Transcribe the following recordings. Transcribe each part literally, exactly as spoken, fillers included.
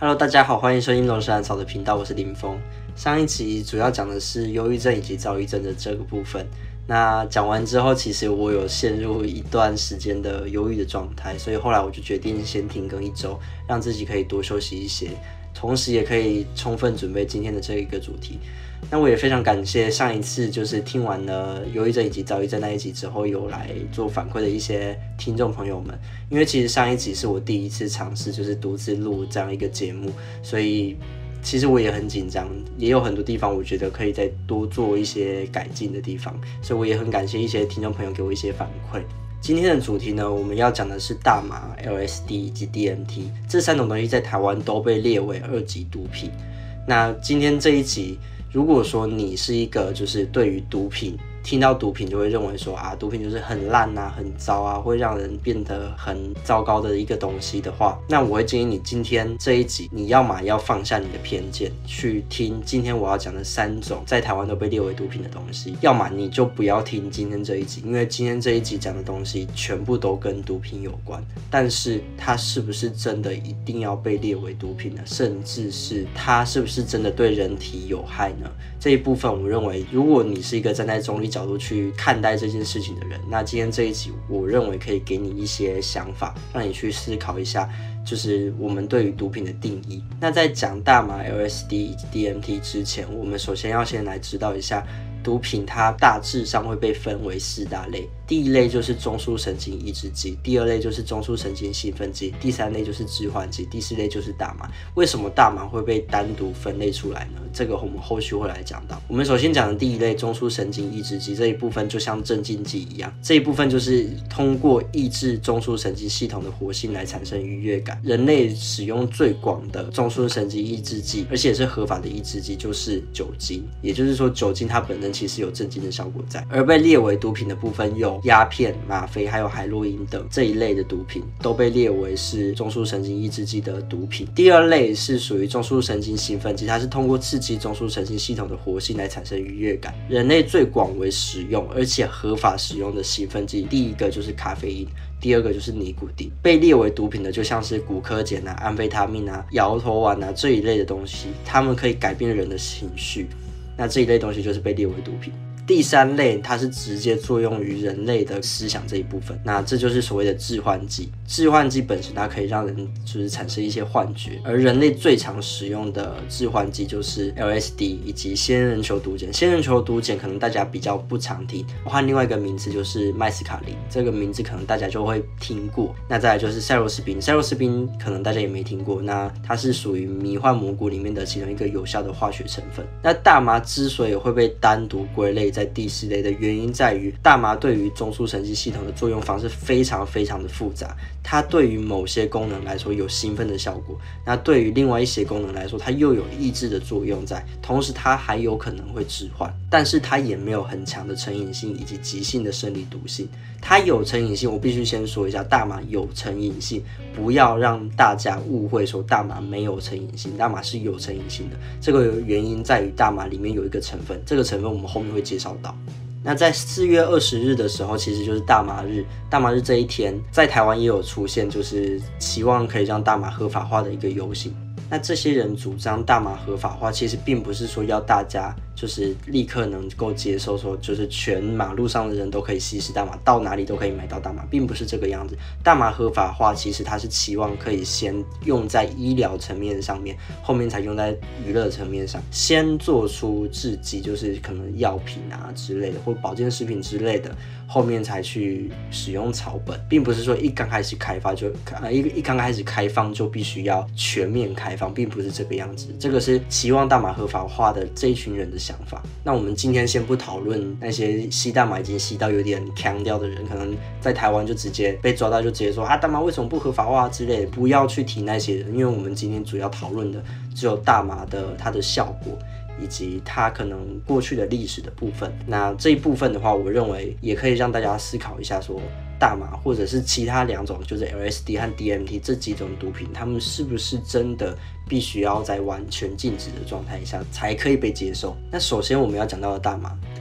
Hello， 大家好，欢迎收听龙山草的频道，我是林峰。上一集主要讲的是忧郁症以及躁郁症的这个部分。那讲完之后，其实我有陷入一段时间的忧郁的状态，所以后来我就决定先停更一周，让自己可以多休息一些，同时也可以充分准备今天的这一个主题。那我也非常感谢上一次就是听完了忧郁症以及躁郁症那一集之后有来做反馈的一些听众朋友们，因为其实上一集是我第一次尝试就是独自录这样一个节目，所以其实我也很紧张，也有很多地方我觉得可以再多做一些改进的地方，所以我也很感谢一些听众朋友给我一些反馈。今天的主题呢，我们要讲的是大麻、L S D 以及 D M T 这三种东西在台湾都被列为二级毒品。那今天这一集，如果说你是一个就是对于毒品，听到毒品就会认为说啊，毒品就是很烂啊、很糟啊，会让人变得很糟糕的一个东西的话，那我会建议你今天这一集，你要嘛要放下你的偏见，去听今天我要讲的三种在台湾都被列为毒品的东西，要么你就不要听今天这一集，因为今天这一集讲的东西全部都跟毒品有关，但是它是不是真的一定要被列为毒品呢？甚至是它是不是真的对人体有害呢？这一部分我认为，如果你是一个站在中立角度去看待这件事情的人，那今天这一集我认为可以给你一些想法，让你去思考一下，就是我们对于毒品的定义。那在讲大麻、L S D 以及 D M T 之前，我们首先要先来知道一下毒品它大致上会被分为四大类。第一类就是中枢神经抑制剂，第二类就是中枢神经兴奋剂，第三类就是致幻剂，第四类就是大麻。为什么大麻会被单独分类出来呢？这个我们后续会来讲到。我们首先讲的第一类中枢神经抑制剂，这一部分就像镇静剂一样，这一部分就是通过抑制中枢神经系统的活性来产生愉悦感。人类使用最广的中枢神经抑制剂，而且也是合法的抑制剂，就是酒精。也就是说，酒精它本身其实有镇静的效果在。而被列为毒品的部分有鸦片、吗啡还有海洛因等这一类的毒品都被列为是中枢神经抑制剂的毒品。第二类是属于中枢神经兴奋剂，它是通过刺激中枢神经系统的活性来产生愉悦感。人类最广为使用而且合法使用的兴奋剂，第一个就是咖啡因，第二个就是尼古丁。被列为毒品的就像是古柯碱啊、安非他命啊、摇头丸啊这一类的东西，它们可以改变人的情绪，那这一类东西就是被列为毒品。第三类它是直接作用于人类的思想这一部分，那这就是所谓的致幻剂。致幻剂本身它可以让人就是产生一些幻觉，而人类最常使用的致幻剂就是 L S D 以及仙人球毒碱。仙人球毒碱可能大家比较不常听，换另外一个名字就是麦斯卡林，这个名字可能大家就会听过。那再来就是赛洛斯宾，赛洛斯宾可能大家也没听过，那它是属于迷幻蘑菇里面的其中一个有效的化学成分。那大麻之所以会被单独归类在第四类的原因在于，大麻对于中枢神经系统的作用方式非常非常的复杂，它对于某些功能来说有兴奋的效果，那对于另外一些功能来说它又有抑制的作用在，同时它还有可能会致幻，但是它也没有很强的成瘾性以及急性的生理毒性。它有成瘾性，我必须先说一下，大麻有成瘾性，不要让大家误会说大麻没有成瘾性，大麻是有成瘾性的。这个原因在于大麻里面有一个成分，这个成分我们后面会介绍到。那在四月二十日的时候，其实就是大麻日。大麻日这一天，在台湾也有出现，就是期望可以让大麻合法化的一个游行。那这些人主张大麻合法化，其实并不是说要大家就是立刻能够接受说就是全马路上的人都可以吸食大麻，到哪里都可以买到大麻，并不是这个样子。大麻合法化其实它是期望可以先用在医疗层面上面，后面才用在娱乐层面上，先做出制剂，就是可能药品啊之类的或保健食品之类的，后面才去使用草本，并不是说一刚开始开发就呃一一刚开始开放就必须要全面开放，并不是这个样子。这个是期望大麻合法化的这一群人的想法。那我们今天先不讨论那些吸大麻已经吸到有点呛掉的人，可能在台湾就直接被抓到就直接说啊大麻为什么不合法化之类的，不要去提那些人，因为我们今天主要讨论的只有大麻的它的效果，以及它可能过去的历史的部分。那这一部分的话，我认为也可以让大家思考一下说，大麻或者是其他两种就是 L S D 和 D M T 这几种毒品，它们是不是真的必须要在完全禁止的状态下才可以被接受？那首先我们要讲到的大麻，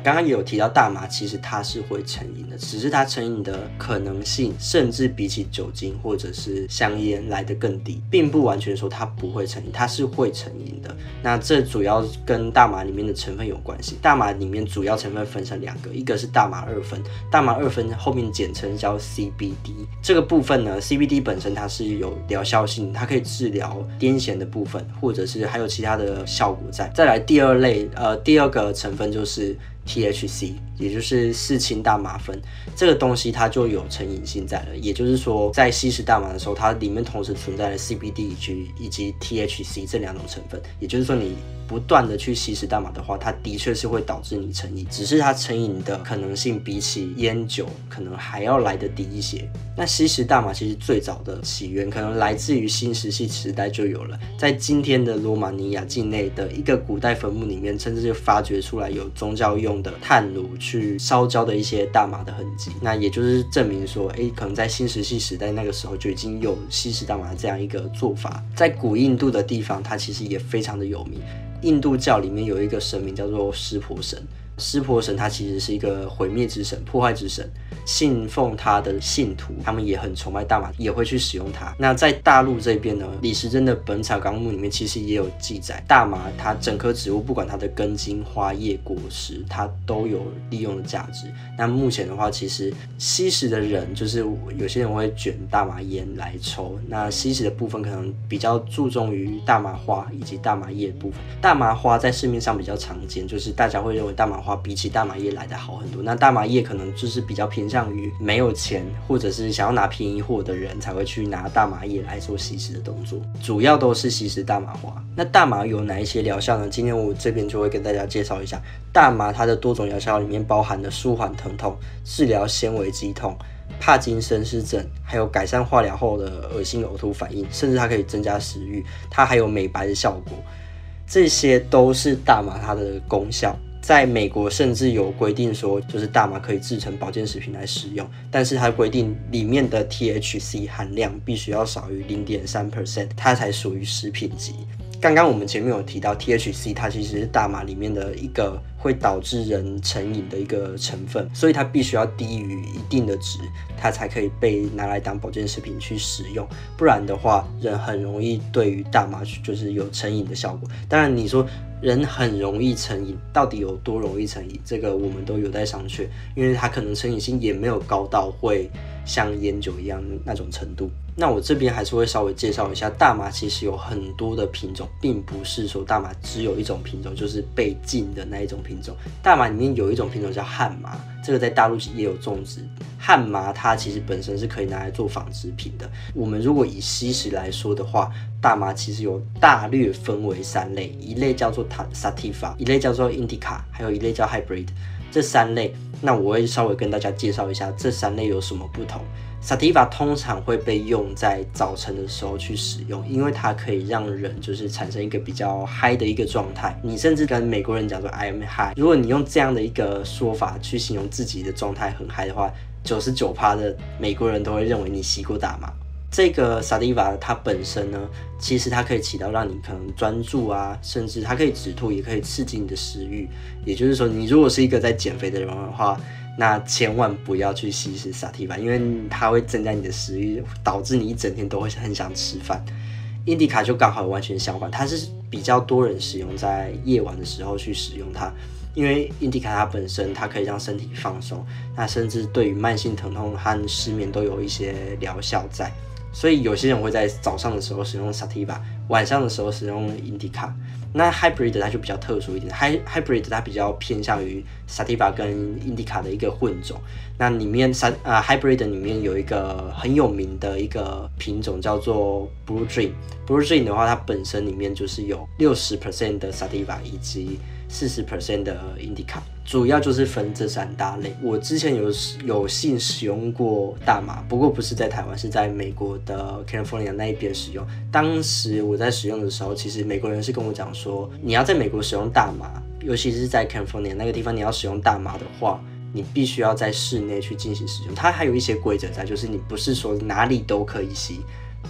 刚刚也有提到大麻其实它是会成瘾的，只是它成瘾的可能性甚至比起酒精或者是香烟来得更低，并不完全说它不会成瘾，它是会成瘾的。那这主要跟大麻里面的成分有关系。大麻里面主要成分分成两个，一个是大麻二酚，大麻二酚后面简称叫 C B D。这个部分呢 ，C B D 本身它是有疗效性，它可以治疗癫痫的部分，或者是还有其他的效果在。再来第二类，呃，第二个成分就是 T H C， 也就是四氢大麻酚，这个东西它就有成瘾性在了。也就是说，在吸食大麻的时候，它里面同时存在了 C B D 以及以及 T H C 这两种成分。也就是说，你不断的去吸食大麻的话，它的确是会导致你成瘾，只是它成瘾的可能性比起烟酒可能还要来得低一些。那吸食大麻其实最早的起源可能来自于新石器时代就有了，在今天的罗马尼亚境内的一个古代坟墓里面，甚至就发掘出来有宗教用的炭炉去烧焦的一些大麻的痕迹。那也就是证明说，哎，可能在新石器时代那个时候就已经有吸食大麻的这样一个做法。在古印度的地方，它其实也非常的有名。印度教里面有一个神明叫做湿婆神，湿婆神他其实是一个毁灭之神、破坏之神，信奉他的信徒他们也很崇拜大麻，也会去使用它。那在大陆这边呢，李时珍的《本草纲目》里面其实也有记载，大麻它整棵植物不管它的根茎、花叶、果实，它都有利用的价值。那目前的话，其实吸食的人就是有些人会卷大麻烟来抽，那吸食的部分可能比较注重于大麻花以及大麻叶的部分。大麻花在市面上比较常见，就是大家会认为大麻花比起大麻叶来的好很多。那大麻叶可能就是比较偏向于没有钱或者是想要拿便宜货的人才会去拿大麻叶来做吸食的动作，主要都是吸食大麻花。那大麻有哪一些疗效呢？今天我这边就会跟大家介绍一下。大麻它的多种疗效里面包含了舒缓疼痛、治疗纤维肌痛、帕金森氏症，还有改善化疗后的恶心呕吐反应，甚至它可以增加食欲，它还有美白的效果。这些都是大麻它的功效。在美国甚至有规定说，就是大麻可以制成保健食品来使用，但是它规定里面的 T H C 含量必须要少于 百分之零点三， 它才属于食品级。刚刚我们前面有提到 T H C， 它其实是大麻里面的一个会导致人成瘾的一个成分，所以它必须要低于一定的值，它才可以被拿来当保健食品去使用，不然的话，人很容易对于大麻就是有成瘾的效果。当然，你说人很容易成瘾，到底有多容易成瘾？这个我们都有待商榷，因为它可能成瘾性也没有高到会像烟酒一样那种程度。那我这边还是会稍微介绍一下，大麻其实有很多的品种，并不是说大麻只有一种品种，就是被禁的那一种品种。大麻里面有一种品种叫旱麻，这个在大陆也有种植。旱麻它其实本身是可以拿来做纺织品的。我们如果以吸食来说的话，大麻其实有大略分为三类，一类叫做 sativa， 一类叫做 indica， 还有一类叫 hybrid。这三类，那我会稍微跟大家介绍一下这三类有什么不同。Sativa 通常会被用在早晨的时候去使用，因为它可以让人就是产生一个比较嗨的一个状态。你甚至跟美国人讲说 I am high， 如果你用这样的一个说法去形容自己的状态很嗨的话， 百分之九十九 的美国人都会认为你吸过大麻。这个 Sativa 它本身呢，其实它可以起到让你可能专注啊，甚至它可以止吐，也可以刺激你的食欲。也就是说，你如果是一个在减肥的人的话，那千万不要去吸食 Sativa， 因为它会增加你的食欲，导致你一整天都会很想吃饭。Indica 就刚好完全相反，它是比较多人使用在夜晚的时候去使用它。因为 Indica 它本身它可以让身体放松，那甚至对于慢性疼痛和失眠都有一些疗效在。所以有些人会在早上的时候使用 Sativa， 晚上的时候使用 Indica。那 Hybrid 它就比较特殊一点 ，Hybrid 它比较偏向于 Sativa 跟 Indica 的一个混种。那里面呃 Hybrid 里面有一个很有名的一个品种叫做 Blue Dream。Blue Dream 的话，它本身里面就是有 百分之六十 的 Sativa 以及 百分之四十 的 Indica， 主要就是分这三大类。我之前有有幸使用过大麻，不过不是在台湾，是在美国的 California 那一边使用。当时我在使用的时候，其实美国人是跟我讲说，你要在美国使用大麻，尤其是在 California 那个地方，你要使用大麻的话，你必须要在室内去进行使用。它还有一些规则在，就是你不是说哪里都可以吸。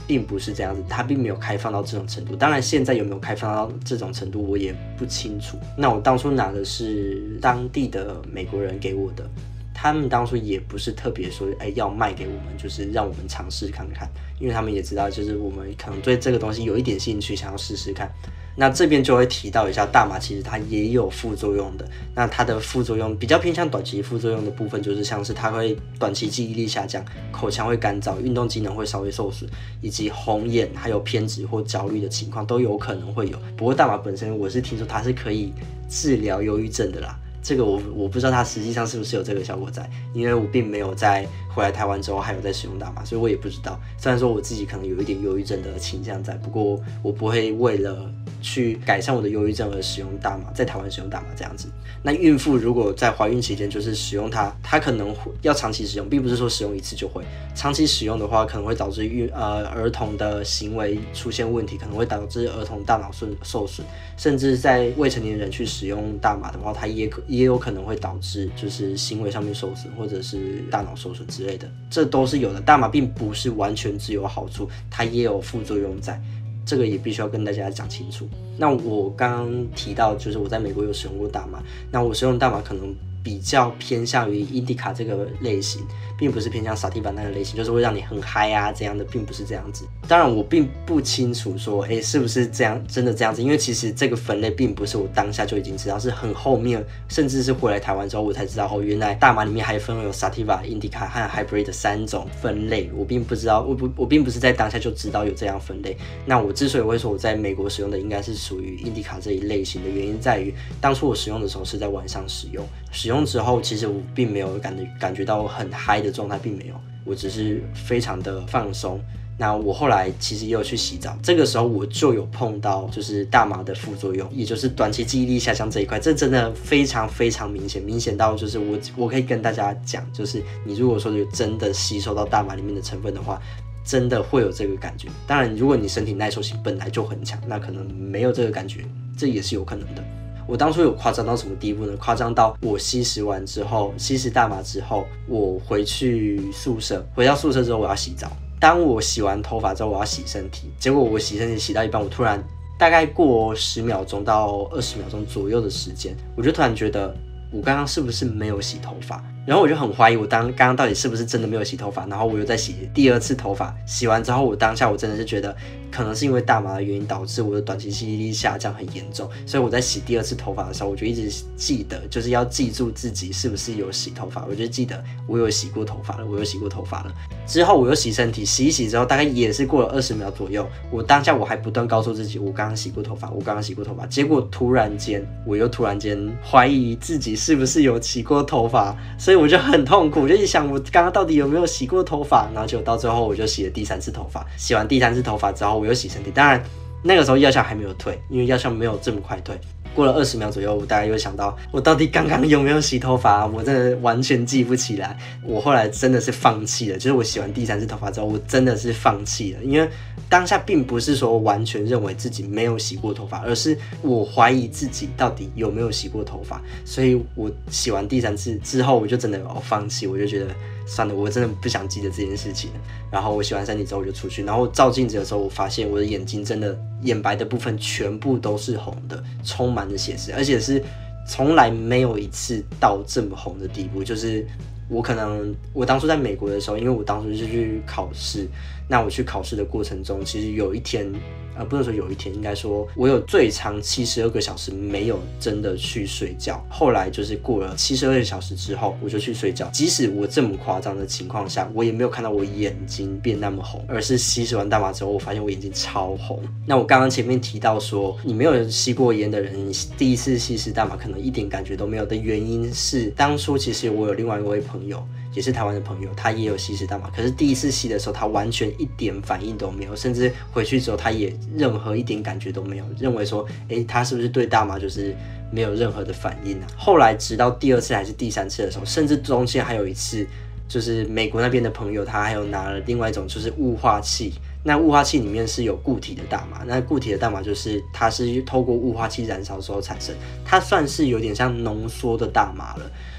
并不是这样子，它并没有开放到这种程度。当然，现在有没有开放到这种程度，我也不清楚。那我当初拿的是当地的美国人给我的，他们当初也不是特别说，哎、欸，要卖给我们，就是让我们尝试看看，因为他们也知道，就是我们可能对这个东西有一点兴趣，想要试试看。那这边就会提到一下，大麻其实它也有副作用的。那它的副作用比较偏向短期副作用的部分，就是像是它会短期记忆力下降，口腔会干燥，运动机能会稍微受损，以及红眼还有偏执或焦虑的情况都有可能会有。不过大麻本身，我是听说它是可以治疗忧郁症的啦。这个我我不知道它实际上是不是有这个效果在，因为我并没有在回来台湾之后还有在使用大麻，所以我也不知道。虽然说我自己可能有一点忧郁症的倾向在，不过我不会为了去改善我的忧郁症而使用大麻，在台湾使用大麻这样子。那孕妇如果在怀孕期间就是使用它，它可能要长期使用，并不是说使用一次就会。长期使用的话，可能会导致孕呃儿童的行为出现问题，可能会导致儿童大脑受损，甚至在未成年人去使用大麻的话，它也可也有可能会导致就是行为上面受损，或者是大脑受损之类的，这都是有的。大麻并不是完全只有好处，它也有副作用在。这个也必须要跟大家讲清楚。那我刚刚提到，就是我在美国有使用过大麻，那我使用大麻可能比较偏向于印第卡这个类型，并不是偏向萨提法那个类型，就是会让你很嗨啊这样的，并不是这样子。当然，我并不清楚说，哎，是不是这样，真的这样子？因为其实这个分类并不是我当下就已经知道，是很后面，甚至是回来台湾之后我才知道，哦，原来大麻里面还分有萨提法、印第卡和 hybrid 三种分类，我并不知道，我不，我并不是在当下就知道有这样分类。那我之所以会说我在美国使用的应该是属于印第卡这一类型的原因在于，当初我使用的时候是在晚上使用，使用之后其实我并没有感觉感觉到很嗨的状态，并没有，我只是非常的放松。那我后来其实也有去洗澡，这个时候我就有碰到就是大麻的副作用，也就是短期记忆力下降这一块，这真的非常非常明显，明显到就是我我可以跟大家讲，就是你如果说有真的吸收到大麻里面的成分的话，真的会有这个感觉。当然，如果你身体耐受性本来就很强，那可能没有这个感觉，这也是有可能的。我当初有夸张到什么地步呢？夸张到我吸食完之后，吸食大麻之后，我回去宿舍，回到宿舍之后我要洗澡。当我洗完头发之后，我要洗身体，结果我洗身体洗到一半，我突然大概过十秒钟到二十秒钟左右的时间，我就突然觉得我刚刚是不是没有洗头发？然后我就很怀疑我当刚刚到底是不是真的没有洗头发，然后我又再洗第二次头发，洗完之后我当下我真的是觉得可能是因为大麻的原因导致我的短期记忆力下降很严重，所以我在洗第二次头发的时候，我就一直记得就是要记住自己是不是有洗头发，我就记得我有洗过头发了，我有洗过头发了。之后我又洗身体，洗一洗之后大概也是过了二十秒左右，我当下我还不断告诉自己我刚刚洗过头发，我刚刚洗过头发，结果突然间我又突然间怀疑自己是不是有洗过头发，所以我就很痛苦，就一想我刚刚到底有没有洗过头发，然后就到最后我就洗了第三次头发，洗完第三次头发之后我又洗身体，当然那个时候药效还没有退，因为药效没有这么快退。过了二十秒左右，我大概又想到我到底刚刚有没有洗头发，我真的完全记不起来。我后来真的是放弃了，就是我洗完第三次头发之后，我真的是放弃了，因为当下并不是说完全认为自己没有洗过头发，而是我怀疑自己到底有没有洗过头发，所以我洗完第三次之后，我就真的哦放弃，我就觉得算了，我真的不想记得这件事情了。然后我洗完身体之后我就出去，然后照镜子的时候，我发现我的眼睛真的眼白的部分全部都是红的，充满着血丝，而且是从来没有一次到这么红的地步。就是我可能我当初在美国的时候，因为我当初是去考试，那我去考试的过程中，其实有一天。呃，不能说有一天，应该说我有最长七十二个小时没有真的去睡觉。后来就是过了七十二个小时之后，我就去睡觉。即使我这么夸张的情况下，我也没有看到我眼睛变那么红，而是吸食完大麻之后，我发现我眼睛超红。那我刚刚前面提到说，你没有吸过烟的人，你第一次吸食大麻可能一点感觉都没有的原因是，当初其实我有另外一位朋友。也是台湾的朋友，他也有吸食大麻，可是第一次吸的时候，他完全一点反应都没有，甚至回去之后，他也任何一点感觉都没有，认为说，哎，他是不是对大麻就是没有任何的反应啊？后来直到第二次还是第三次的时候，甚至中间还有一次，就是美国那边的朋友，他还有拿了另外一种就是雾化器。那雾化器里面是有固体的大麻，那固体的大麻就是它是透过雾化器燃烧之后产生，它算是有点像浓缩的大麻了。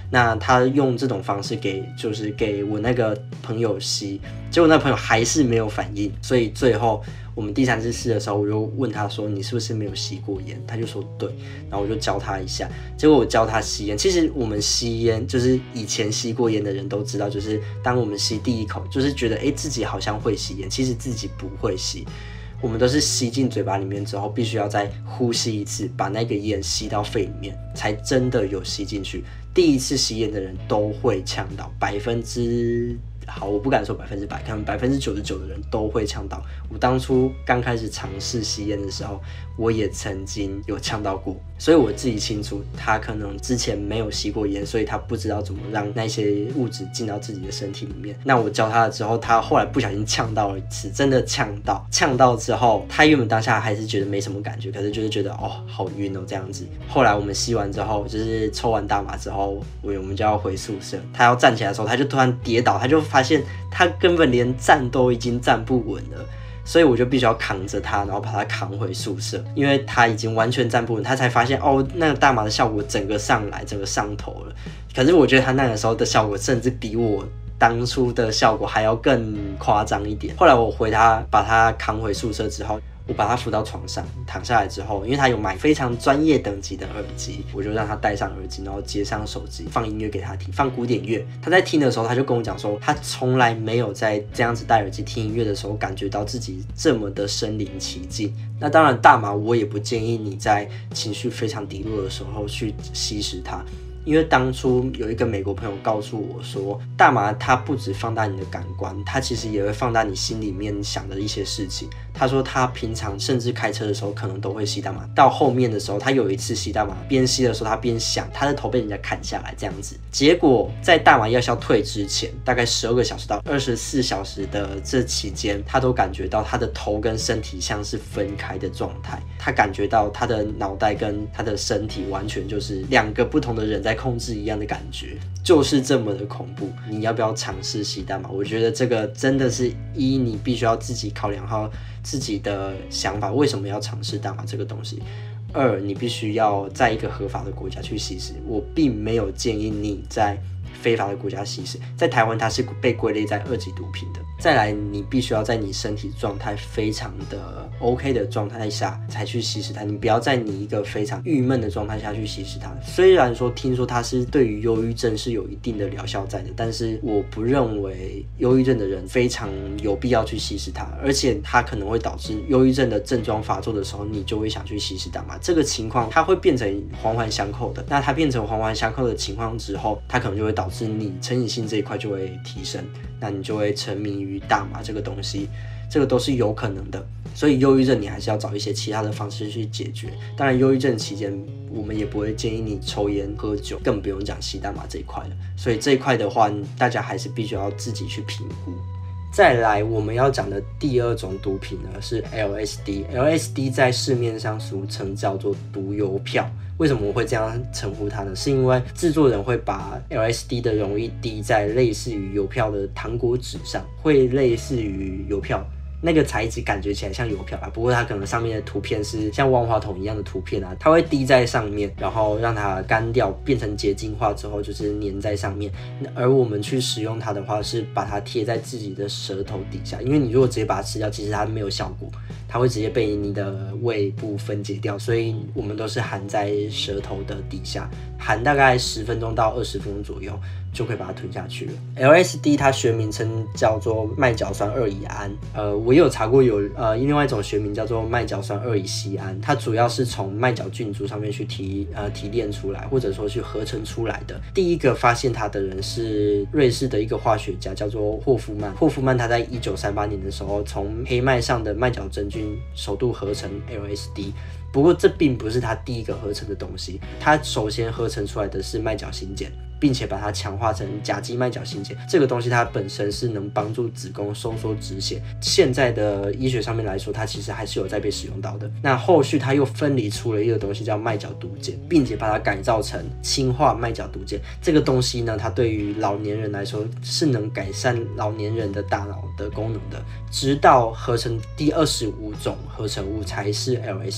那他用这种方式给就是给我那个朋友吸，结果那朋友还是没有反应，所以最后我们第三次试的时候，我就问他说：“你是不是没有吸过烟？”他就说：“对。”然后我就教他一下，结果我教他吸烟。其实我们吸烟，就是以前吸过烟的人都知道，就是当我们吸第一口，就是觉得哎自己好像会吸烟，其实自己不会吸。我们都是吸进嘴巴里面之后，必须要再呼吸一次，把那个烟吸到肺里面，才真的有吸进去。第一次吸烟的人都会呛到，百分之好，我不敢说百分之百，可能百分之九十九的人都会呛到。我当初刚开始尝试吸烟的时候，我也曾经有呛到过，所以我自己清楚，他可能之前没有吸过烟，所以他不知道怎么让那些物质进到自己的身体里面。那我教他了之后，他后来不小心呛到了一次，真的呛到，呛到之后，他原本当下还是觉得没什么感觉，可是就是觉得哦好晕哦这样子。后来我们吸完之后，就是抽完大麻之后，我们就要回宿舍，他要站起来的时候，他就突然跌倒，他就发现他根本连站都已经站不稳了。所以我就必须要扛着他，然后把他扛回宿舍，因为他已经完全站不稳，他才发现哦，那个大麻的效果整个上来，整个上头了。可是我觉得他那个时候的效果，甚至比我当初的效果还要更夸张一点。后来我回他，把他扛回宿舍之后，我把他扶到床上，躺下来之后，因为他有买非常专业等级的耳机，我就让他戴上耳机，然后接上手机，放音乐给他听，放古典乐。他在听的时候，他就跟我讲说，他从来没有在这样子戴耳机听音乐的时候，感觉到自己这么的身临其境。那当然，大麻我也不建议你在情绪非常低落的时候去吸食它。因为当初有一个美国朋友告诉我说，大麻它不只放大你的感官，它其实也会放大你心里面想的一些事情。他说他平常甚至开车的时候可能都会吸大麻，到后面的时候，他有一次吸大麻，边吸的时候他边想他的头被人家砍下来这样子。结果在大麻药效退之前，大概十二个小时到二十四小时的这期间，他都感觉到他的头跟身体像是分开的状态，他感觉到他的脑袋跟他的身体完全就是两个不同的人在控制一样的感觉，就是这么的恐怖。你要不要尝试吸大麻？我觉得这个真的是一，你必须要自己考量好自己的想法，为什么要尝试大麻这个东西。二，你必须要在一个合法的国家去吸食。我并没有建议你在非法的国家吸食，在台湾它是被归类在二级毒品的。再来，你必须要在你身体状态非常的 OK 的状态下才去吸食它，你不要在你一个非常郁闷的状态下去吸食它。虽然说听说它是对于忧郁症是有一定的疗效在的，但是我不认为忧郁症的人非常有必要去吸食它，而且它可能会导致忧郁症的症状发作的时候，你就会想去吸食大麻。这个情况它会变成环环相扣的，那它变成环环相扣的情况之后，它可能就会导致你成瘾性这一块就会提升，那你就会沉迷于大麻这个东西，这个都是有可能的。所以忧郁症你还是要找一些其他的方式去解决。当然忧郁症期间我们也不会建议你抽烟喝酒，更不用讲吸大麻这一块了。所以这一块的话，大家还是必须要自己去评估。再来我们要讲的第二种毒品呢是 L S D。L S D 在市面上俗称叫做毒邮票。为什么我会这样称呼它呢？是因为制作人会把 L S D 的溶液滴在类似于邮票的糖果纸上，会类似于邮票。那个材质感觉起来像邮票啊，不过它可能上面的图片是像万花筒一样的图片啊，它会滴在上面，然后让它干掉，变成结晶化之后就是粘在上面。而我们去使用它的话，是把它贴在自己的舌头底下，因为你如果直接把它吃掉，其实它没有效果，它会直接被你的胃部分解掉，所以我们都是含在舌头的底下，含大概十分钟到二十分钟左右，就可以把它吞下去了。L S D 它学名称叫做麦角酸二乙胺，呃，我也有查过有呃另外一种学名叫做麦角酸二乙酰胺，它主要是从麦角菌株上面去提呃提炼出来，或者说去合成出来的。第一个发现它的人是瑞士的一个化学家，叫做霍夫曼。霍夫曼他在一九三八年的时候，从黑麦上的麦角真菌首度合成 L S D。不过这并不是他第一个合成的东西，他首先合成出来的是麦角新碱，并且把它强化成甲基麦角新碱。这个东西它本身是能帮助子宫收缩止血，现在的医学上面来说，它其实还是有在被使用到的。那后续他又分离出了一个东西叫麦角毒碱，并且把它改造成氢化麦角毒碱。这个东西呢，它对于老年人来说是能改善老年人的大脑的功能的。直到合成第二十五种合成物才是 L S D， 而且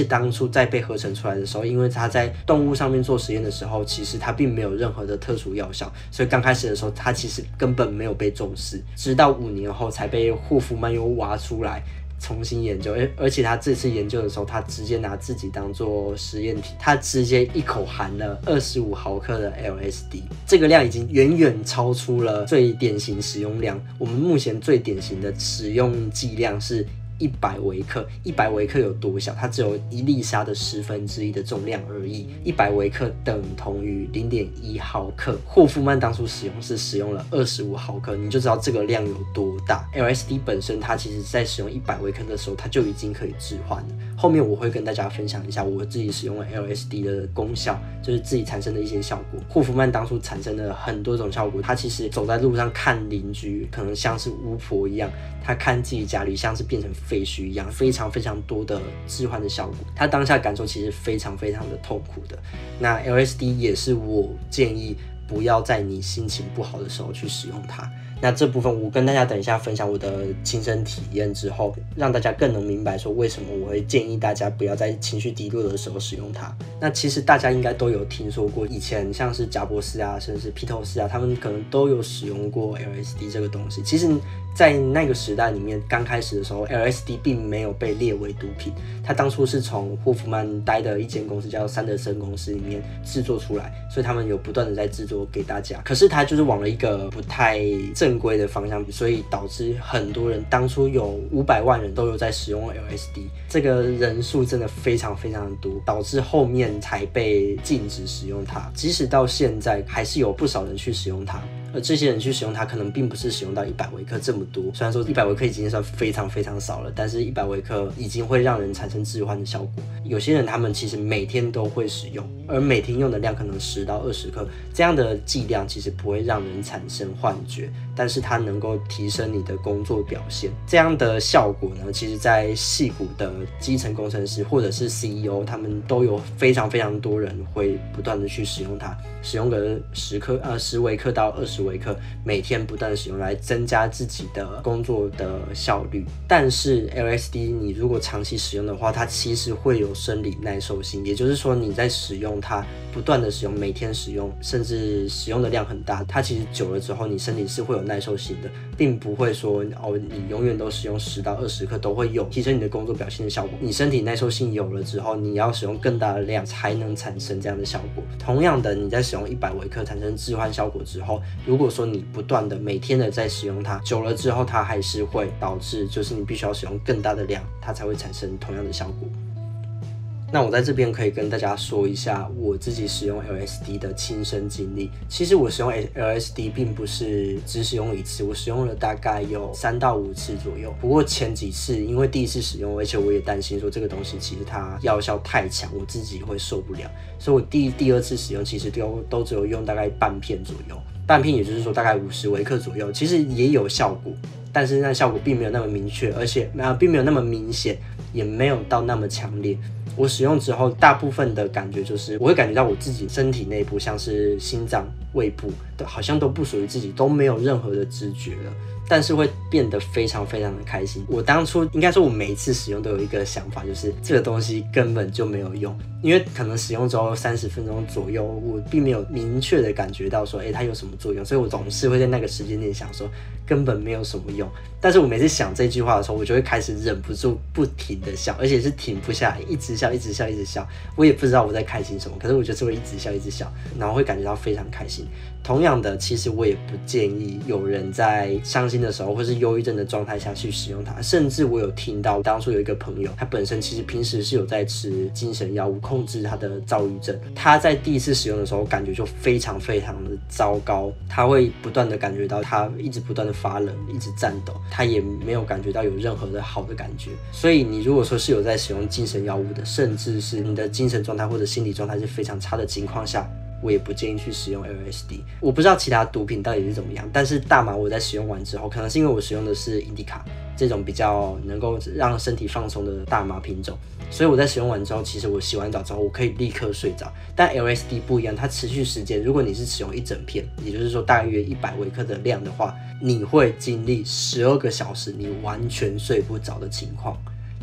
当初在被合成出来的时候，因为它在动物上面做实验的时候，其实它并没有任何的特殊药效，所以刚开始的时候它其实根本没有被重视，直到五年后才被霍夫曼又挖出来重新研究。而且他这次研究的时候，他直接拿自己当做实验体，他直接一口含了二十五毫克的 L S D， 这个量已经远远超出了最典型使用量。我们目前最典型的使用剂量是一百微克，一百微克有多小？它只有一粒沙的十分之一的重量而已。一百微克等同于零点一毫克。霍夫曼当初使用是使用了二十五毫克，你就知道这个量有多大。L S D 本身，它其实在使用一百微克的时候，它就已经可以致幻了。后面我会跟大家分享一下我自己使用了 L S D 的功效，就是自己产生的一些效果。霍夫曼当初产生了很多种效果，他其实走在路上看邻居，可能像是巫婆一样；他看自己家里像是变成废墟一样，非常非常多的致幻的效果。他当下感受其实非常非常的痛苦的。那 L S D 也是我建议不要在你心情不好的时候去使用它。那这部分我跟大家等一下分享我的亲身体验之后，让大家更能明白说为什么我会建议大家不要在情绪低落的时候使用它。那其实大家应该都有听说过，以前像是贾伯斯啊，甚至是披头士啊，他们可能都有使用过 L S D 这个东西。其实在那个时代里面，刚开始的时候 L S D 并没有被列为毒品，它当初是从霍夫曼待的一间公司叫山德森公司里面制作出来，所以他们有不断的在制作给大家。可是它就是往了一个不太正规的方向，所以导致很多人，当初有五百万人都有在使用 L S D， 这个人数真的非常非常的多，导致后面才被禁止使用它。即使到现在，还是有不少人去使用它。而这些人去使用它，可能并不是使用到一百微克这么多。虽然说一百微克已经算非常非常少了，但是一百微克已经会让人产生致幻的效果。有些人他们其实每天都会使用，而每天用的量可能十到二十克，这样的剂量其实不会让人产生幻觉，但是它能够提升你的工作表现。这样的效果呢，其实在矽谷的基层工程师或者是 C E O， 他们都有非常非常多人会不断的去使用它，使用个十克呃十微克到二十微克，每天不断的使用来增加自己的工作的效率。但是 L S D 你如果长期使用的话，它其实会有生理耐受性，也就是说你在使用它，不断的使用，每天使用，甚至使用的量很大，它其实久了之后，你身体是会有耐受性的，并不会说哦，你永远都使用十到二十克都会有提升你的工作表现的效果。你身体耐受性有了之后，你要使用更大的量才能产生这样的效果。同样的，你在使用一百微克产生致幻效果之后，如果说你不断的每天的在使用它，久了之后，它还是会导致就是你必须要使用更大的量，它才会产生同样的效果。那我在这边可以跟大家说一下我自己使用 L S D 的亲身经历。其实我使用 L S D 并不是只使用一次，我使用了大概有三到五次左右。不过前几次因为第一次使用，而且我也担心说这个东西其实它药效太强，我自己会受不了，所以我第第二次使用其实都都只有用大概半片左右，半片也就是说大概五十微克左右，其实也有效果，但是那效果并没有那么明确，而且、呃、并没有那么明显，也没有到那么强烈。我使用之后，大部分的感觉就是我会感觉到我自己身体内部，像是心脏、胃部，好像都不属于自己，都没有任何的知觉了。但是会变得非常非常的开心。我当初应该说，我每一次使用都有一个想法，就是这个东西根本就没有用，因为可能使用之后三十分钟左右，我并没有明确的感觉到说，哎、欸，它有什么作用，所以我总是会在那个时间点想说，根本没有什么用。但是我每次想这句话的时候，我就会开始忍不住不停的笑，而且是停不下来，一直笑，一直笑，一直笑。我也不知道我在开心什么，可是我就是会一直笑，一直笑，然后会感觉到非常开心。同样的，其实我也不建议有人在伤心的时候或是忧郁症的状态下去使用它。甚至我有听到，当初有一个朋友，他本身其实平时是有在吃精神药物控制他的躁郁症，他在第一次使用的时候感觉就非常非常的糟糕，他会不断的感觉到他一直不断的发冷，一直颤抖，他也没有感觉到有任何的好的感觉。所以你如果说是有在使用精神药物的，甚至是你的精神状态或者心理状态是非常差的情况下，我也不建议去使用 L S D。 我不知道其他毒品到底是怎么样，但是大麻我在使用完之后，可能是因为我使用的是 Indica 这种比较能够让身体放松的大麻品种，所以我在使用完之后，其实我洗完澡之后我可以立刻睡着。但 L S D 不一样，它持续时间，如果你是使用一整片，也就是说大约一百微克的量的话，你会经历十二个小时你完全睡不着的情况。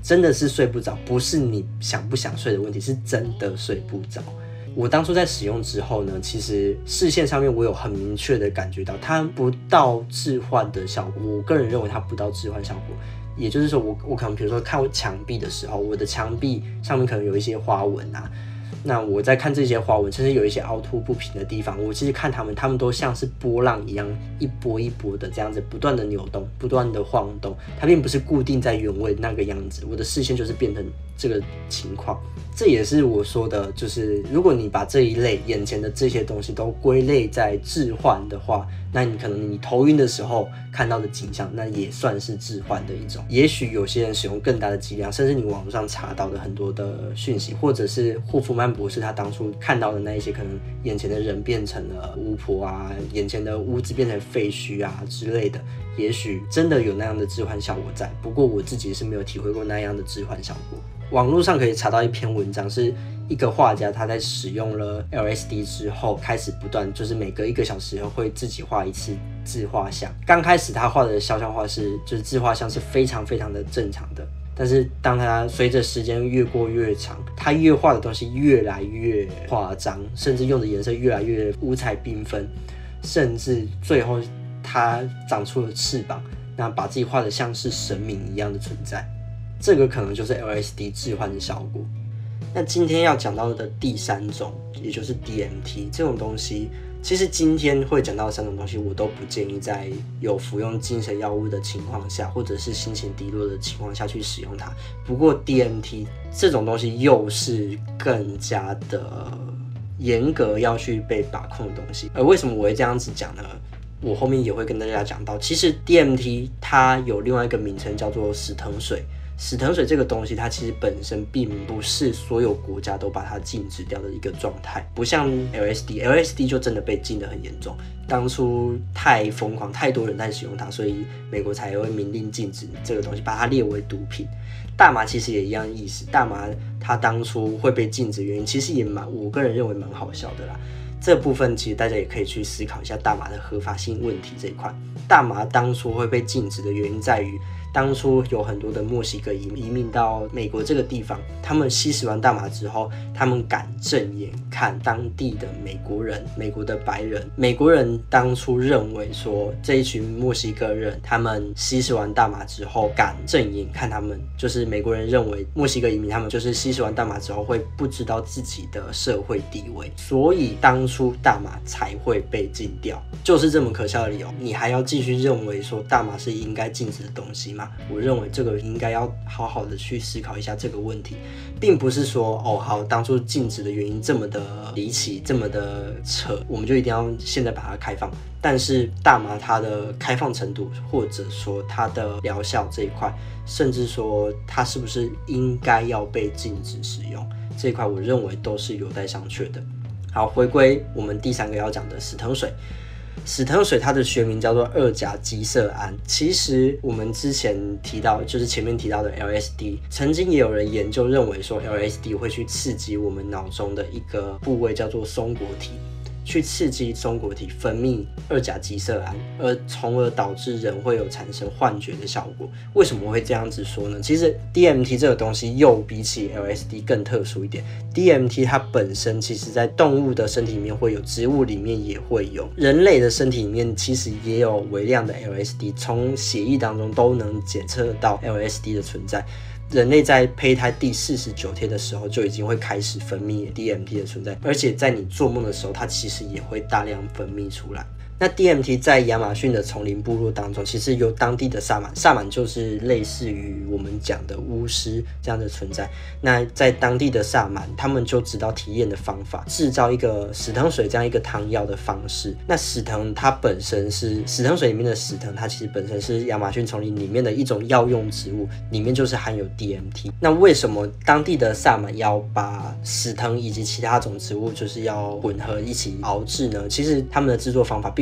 真的是睡不着，不是你想不想睡的问题，是真的睡不着。我当初在使用之后呢，其实视线上面我有很明确的感觉到它不到置换的效果，我个人认为它不到置换效果。也就是说我我可能比如说看墙壁的时候，我的墙壁上面可能有一些花纹啊，那我在看这些花纹，甚至有一些凹凸不平的地方，我其实看它们，它们都像是波浪一样，一波一波的这样子不断的扭动，不断的晃动，它并不是固定在原位那个样子。我的视线就是变成这个情况，这也是我说的，就是如果你把这一类眼前的这些东西都归类在置换的话，那你可能你头晕的时候看到的景象，那也算是置换的一种。也许有些人使用更大的剂量，甚至你网络上查到的很多的讯息，或者是霍夫曼博士他当初看到的那一些，可能眼前的人变成了巫婆啊，眼前的屋子变成废墟啊之类的，也许真的有那样的置换效果在。不过我自己是没有体会过那样的置换效果。网络上可以查到一篇文章，是一个画家他在使用了 L S D 之后，开始不断就是每隔一个小时会自己画一次自画像。刚开始他画的肖像画是就是自画像是非常非常的正常的，但是当他随着时间越过越长，他越画的东西越来越夸张，甚至用的颜色越来越五彩缤纷，甚至最后他长出了翅膀，那把自己画的像是神明一样的存在。这个可能就是 L S D 置换的效果。那今天要讲到的第三种，也就是 D M T 这种东西，其实今天会讲到的三种东西，我都不建议在有服用精神药物的情况下，或者是心情低落的情况下去使用它。不过 D M T 这种东西又是更加的严格要去被把控的东西。而为什么我会这样子讲呢？我后面也会跟大家讲到，其实 D M T 它有另外一个名称叫做死藤水。死藤水这个东西，它其实本身并不是所有国家都把它禁止掉的一个状态，不像 L S D，L S D 就真的被禁得很严重。当初太疯狂，太多人在使用它，所以美国才会明令禁止这个东西，把它列为毒品。大麻其实也一样的意思，大麻它当初会被禁止的原因，其实也蛮，我个人认为蛮好笑的啦。这部分其实大家也可以去思考一下大麻的合法性问题这一块。大麻当初会被禁止的原因在于，当初有很多的墨西哥移民到美国这个地方，他们吸食完大麻之后，他们敢正眼看当地的美国人，美国的白人。美国人当初认为说，这一群墨西哥人，他们吸食完大麻之后，敢正眼看他们，就是美国人认为墨西哥移民他们就是吸食完大麻之后会不知道自己的社会地位，所以当初大麻才会被禁掉，就是这么可笑的理由。你还要继续认为说大麻是应该禁止的东西吗？我认为这个应该要好好的去思考一下这个问题，并不是说哦好，当初禁止的原因这么的离奇，这么的扯，我们就一定要现在把它开放。但是大麻它的开放程度，或者说它的疗效这一块，甚至说它是不是应该要被禁止使用这一块，我认为都是有待商榷的。好，回归我们第三个要讲的死藤水。死藤水它的学名叫做二甲基色胺。其实我们之前提到，就是前面提到的 L S D， 曾经也有人研究认为说 L S D 会去刺激我们脑中的一个部位叫做松果体，去刺激松果体分泌二甲基色胺，而从而导致人会有产生幻觉的效果。为什么会这样子说呢？其实 D M T 这个东西又比起 L S D 更特殊一点。D M T 它本身其实在动物的身体里面会有，植物里面也会有，人类的身体里面其实也有微量的 L S D， 从血液当中都能检测到 L S D 的存在。人类在胚胎第四十九天的时候就已经会开始分泌 D M T 的存在，而且在你做梦的时候，它其实也会大量分泌出来。那 D M T 在亚马逊的丛林部落当中，其实有当地的萨满，萨满就是类似于我们讲的巫师这样的存在。那在当地的萨满，他们就知道提炼的方法，制造一个死藤水这样一个汤药的方式。那死藤它本身是死藤水里面的死藤，它其实本身是亚马逊丛林里面的一种药用植物，里面就是含有 D M T。那为什么当地的萨满要把死藤以及其他种植物就是要混合一起熬制呢？其实他们的制作方法并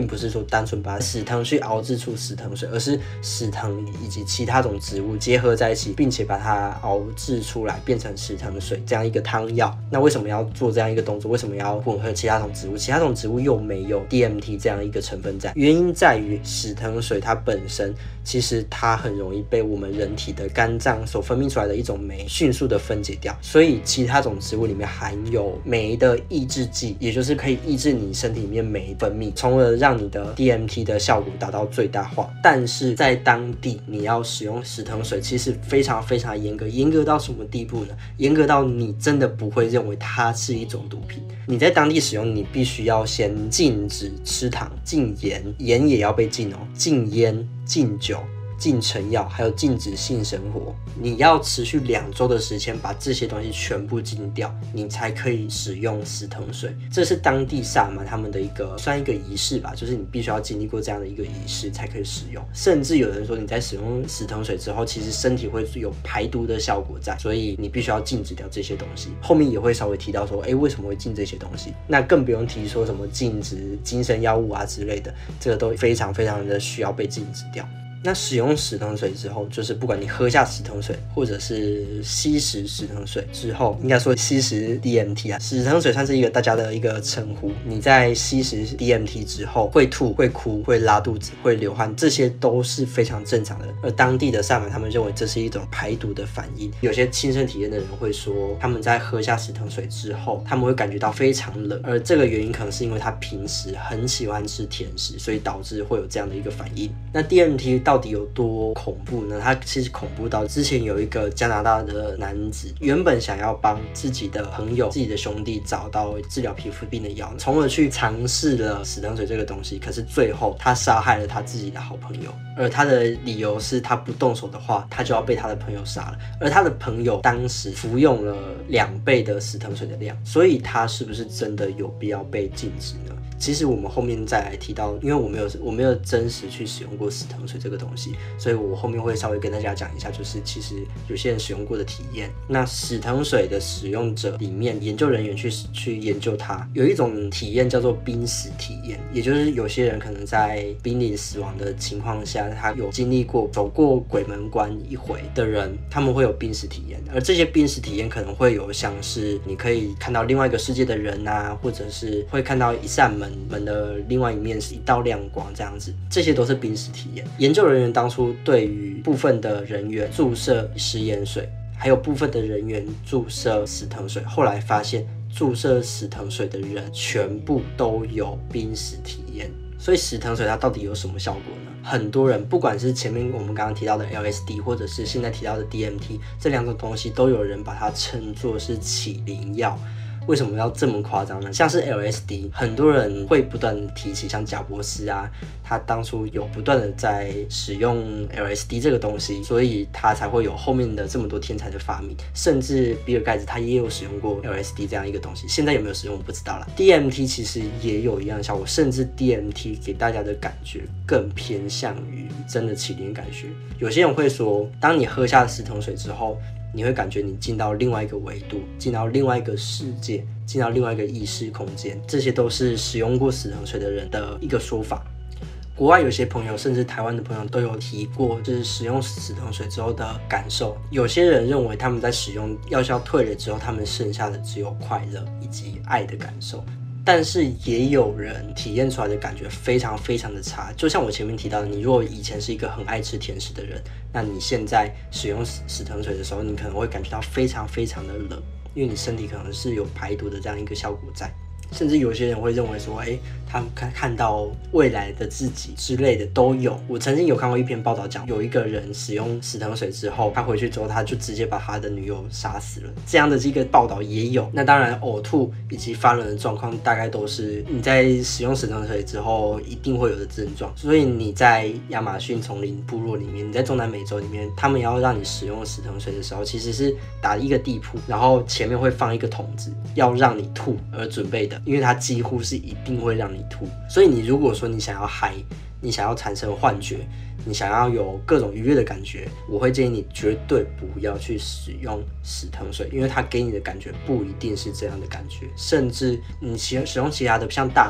并不是说单纯把死藤去熬制出死藤水，而是死藤以及其他种植物结合在一起，并且把它熬制出来变成死藤水这样一个汤药。那为什么要做这样一个动作？为什么要混合其他种植物？其他种植物又没有 D M T 这样一个成分在？原因在于死藤水它本身其实它很容易被我们人体的肝脏所分泌出来的一种酶迅速的分解掉，所以其他种植物里面含有酶的抑制剂，也就是可以抑制你身体里面酶分泌，从而让你的 D M T 的效果达到最大化。但是在当地你要使用死藤水其实非常非常严格，严格到什么地步呢？严格到你真的不会认为它是一种毒品。你在当地使用，你必须要先禁止吃糖、禁盐，盐也要被禁哦，禁烟、禁酒、禁成药，还有禁止性生活。你要持续两周的时间把这些东西全部禁掉，你才可以使用死藤水。这是当地萨满他们的一个算一个仪式吧，就是你必须要经历过这样的一个仪式才可以使用。甚至有人说你在使用死藤水之后，其实身体会有排毒的效果在，所以你必须要禁止掉这些东西。后面也会稍微提到说，哎，为什么会禁这些东西？那更不用提说什么禁止精神药物啊之类的，这个都非常非常的需要被禁止掉。那使用死藤水之后，就是不管你喝下死藤水，或者是吸食死藤水之后，应该说吸食 D M T 啊，死藤水算是一个大家的一个称呼。你在吸食 D M T 之后，会吐、会哭、会拉肚子、会流汗，这些都是非常正常的。而当地的萨满他们认为这是一种排毒的反应。有些亲身体验的人会说，他们在喝下死藤水之后，他们会感觉到非常冷，而这个原因可能是因为他平时很喜欢吃甜食，所以导致会有这样的一个反应。那 D M T 到底有多恐怖呢？它其实恐怖到之前有一个加拿大的男子，原本想要帮自己的朋友、自己的兄弟找到治疗皮肤病的药，从而去尝试了死藤水这个东西。可是最后他杀害了他自己的好朋友，而他的理由是他不动手的话，他就要被他的朋友杀了。而他的朋友当时服用了两倍的死藤水的量，所以他是不是真的有必要被禁止呢？其实我们后面再来提到，因为我没有我没有真实去使用过死藤水这个东西，所以我后面会稍微跟大家讲一下，就是其实有些人使用过的体验。那死藤水的使用者里面，研究人员去去研究它，有一种体验叫做濒死体验，也就是有些人可能在濒临死亡的情况下，他有经历过走过鬼门关一回的人，他们会有濒死体验。而这些濒死体验可能会有像是你可以看到另外一个世界的人啊，或者是会看到一扇门。门的另外一面是一道亮光，这样子，这些都是濒死体验。研究人员当初对于部分的人员注射食盐水，还有部分的人员注射死藤水，后来发现注射死藤水的人全部都有濒死体验。所以死藤水它到底有什么效果呢？很多人不管是前面我们刚刚提到的 L S D 或者是现在提到的 D M T， 这两种东西都有人把它称作是起灵药。为什么要这么夸张呢？像是 L S D， 很多人会不断提起，像贾伯斯啊，他当初有不断的在使用 L S D 这个东西，所以他才会有后面的这么多天才的发明。甚至比尔盖茨他也有使用过 L S D 这样一个东西，现在有没有使用我不知道啦。D M T 其实也有一样的效果，甚至 D M T 给大家的感觉更偏向于真的起灵感觉。有些人会说，当你喝下死藤水之后，你会感觉你进到另外一个维度，进到另外一个世界，进到另外一个意识空间，这些都是使用过死藤水的人的一个说法。国外有些朋友，甚至台湾的朋友都有提过，就是使用死藤水之后的感受。有些人认为他们在使用药效退了之后，他们剩下的只有快乐以及爱的感受。但是也有人体验出来的感觉非常非常的差，就像我前面提到的，你如果以前是一个很爱吃甜食的人，那你现在使用死藤水的时候，你可能会感觉到非常非常的冷，因为你身体可能是有排毒的这样一个效果在。甚至有些人会认为说，哎，他们看看到未来的自己之类的都有。我曾经有看过一篇报道讲，有一个人使用死藤水之后，他回去之后，他就直接把他的女友杀死了。这样的这个报道也有。那当然，呕吐以及发冷的状况，大概都是你在使用死藤水之后一定会有的症状。所以你在亚马逊丛林部落里面，你在中南美洲里面，他们要让你使用死藤水的时候，其实是打一个地铺，然后前面会放一个桶子，要让你吐而准备的。因为它几乎是一定会让你吐，所以你如果说你想要嗨，你想要产生幻觉，你想要有各种愉悦的感觉，我会建议你绝对不要去使用死藤水，因为它给你的感觉不一定是这样的感觉，甚至你使用其他的像大麻，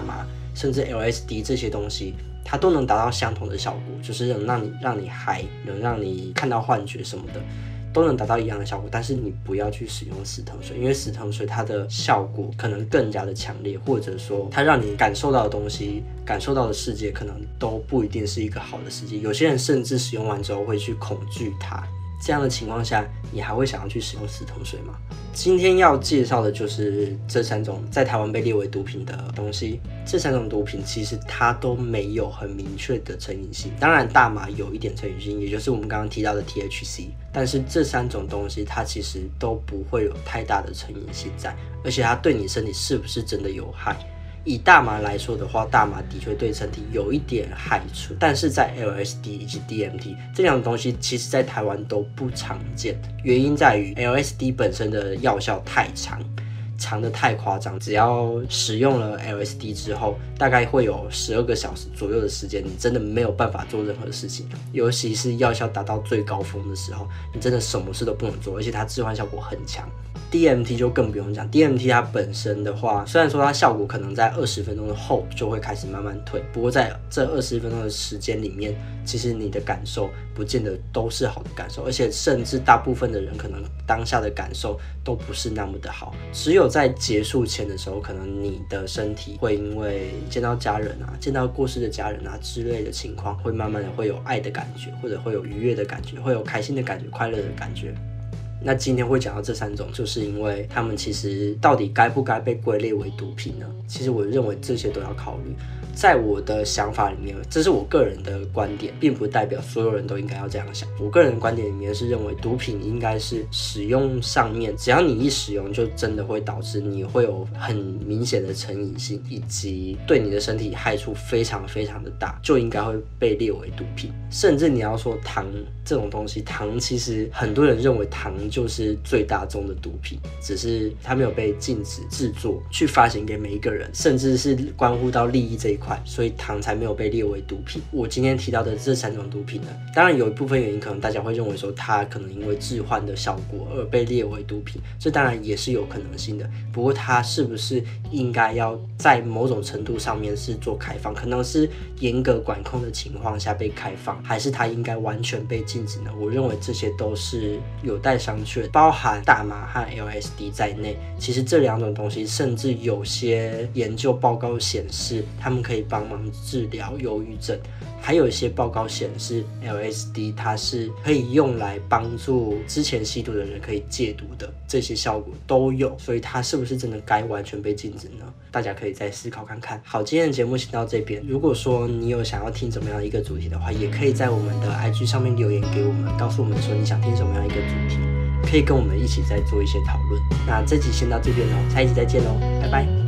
甚至 L S D 这些东西，它都能达到相同的效果，就是能让你让你嗨，能让你看到幻觉什么的。都能达到一样的效果，但是你不要去使用死藤水，因为死藤水它的效果可能更加的强烈，或者说它让你感受到的东西、感受到的世界可能都不一定是一个好的世界。有些人甚至使用完之后会去恐惧它。这样的情况下，你还会想要去使用死藤水吗？今天要介绍的就是这三种在台湾被列为毒品的东西。这三种毒品其实它都没有很明确的成瘾性，当然大麻有一点成瘾性，也就是我们刚刚提到的 T H C， 但是这三种东西它其实都不会有太大的成瘾性在，而且它对你身体是不是真的有害？以大麻来说的话，大麻的确对身体有一点害处，但是在 L S D 以及 D M T 这两种东西，其实在台湾都不常见。原因在于 L S D 本身的药效太长，长得太夸张。只要使用了 L S D 之后，大概会有十二个小时左右的时间，你真的没有办法做任何事情。尤其是药效达到最高峰的时候，你真的什么事都不能做，而且它致幻效果很强。D M T 就更不用讲 ，D M T 它本身的话，虽然说它效果可能在二十分钟后就会开始慢慢退，不过在这二十分钟的时间里面，其实你的感受不见得都是好的感受，而且甚至大部分的人可能当下的感受都不是那么的好。只有在结束前的时候，可能你的身体会因为见到家人啊、见到过世的家人啊之类的情况，会慢慢的会有爱的感觉，或者会有愉悦的感觉，会有开心的感觉、快乐的感觉。那今天会讲到这三种，就是因为他们其实到底该不该被归类为毒品呢？其实我认为这些都要考虑。在我的想法里面，这是我个人的观点，并不代表所有人都应该要这样想。我个人的观点里面是认为，毒品应该是使用上面，只要你一使用，就真的会导致你会有很明显的成瘾性，以及对你的身体害处非常非常的大，就应该会被列为毒品。甚至你要说糖这种东西，糖其实很多人认为糖就是最大宗的毒品，只是它没有被禁止制作去发行给每一个人，甚至是关乎到利益这一块，所以糖才没有被列为毒品。我今天提到的这三种毒品呢，当然有一部分原因可能大家会认为说它可能因为致幻的效果而被列为毒品，这当然也是有可能性的。不过它是不是应该要在某种程度上面是做开放，可能是严格管控的情况下被开放，还是它应该完全被禁止呢？我认为这些都是有待商榷，包含大麻和 L S D 在内，其实这两种东西甚至有些研究报告显示它们可以帮忙治疗忧郁症，还有一些报告显示 L S D 它是可以用来帮助之前吸毒的人可以戒毒的，这些效果都有，所以它是不是真的该完全被禁止呢？大家可以再思考看看。好，今天的节目先到这边，如果说你有想要听怎么样的一个主题的话，也可以在我们的 I G 上面留言给我们，告诉我们说你想听什么样一个主题，可以跟我们一起再做一些讨论。那这集先到这边咯，下一集再见咯，拜拜。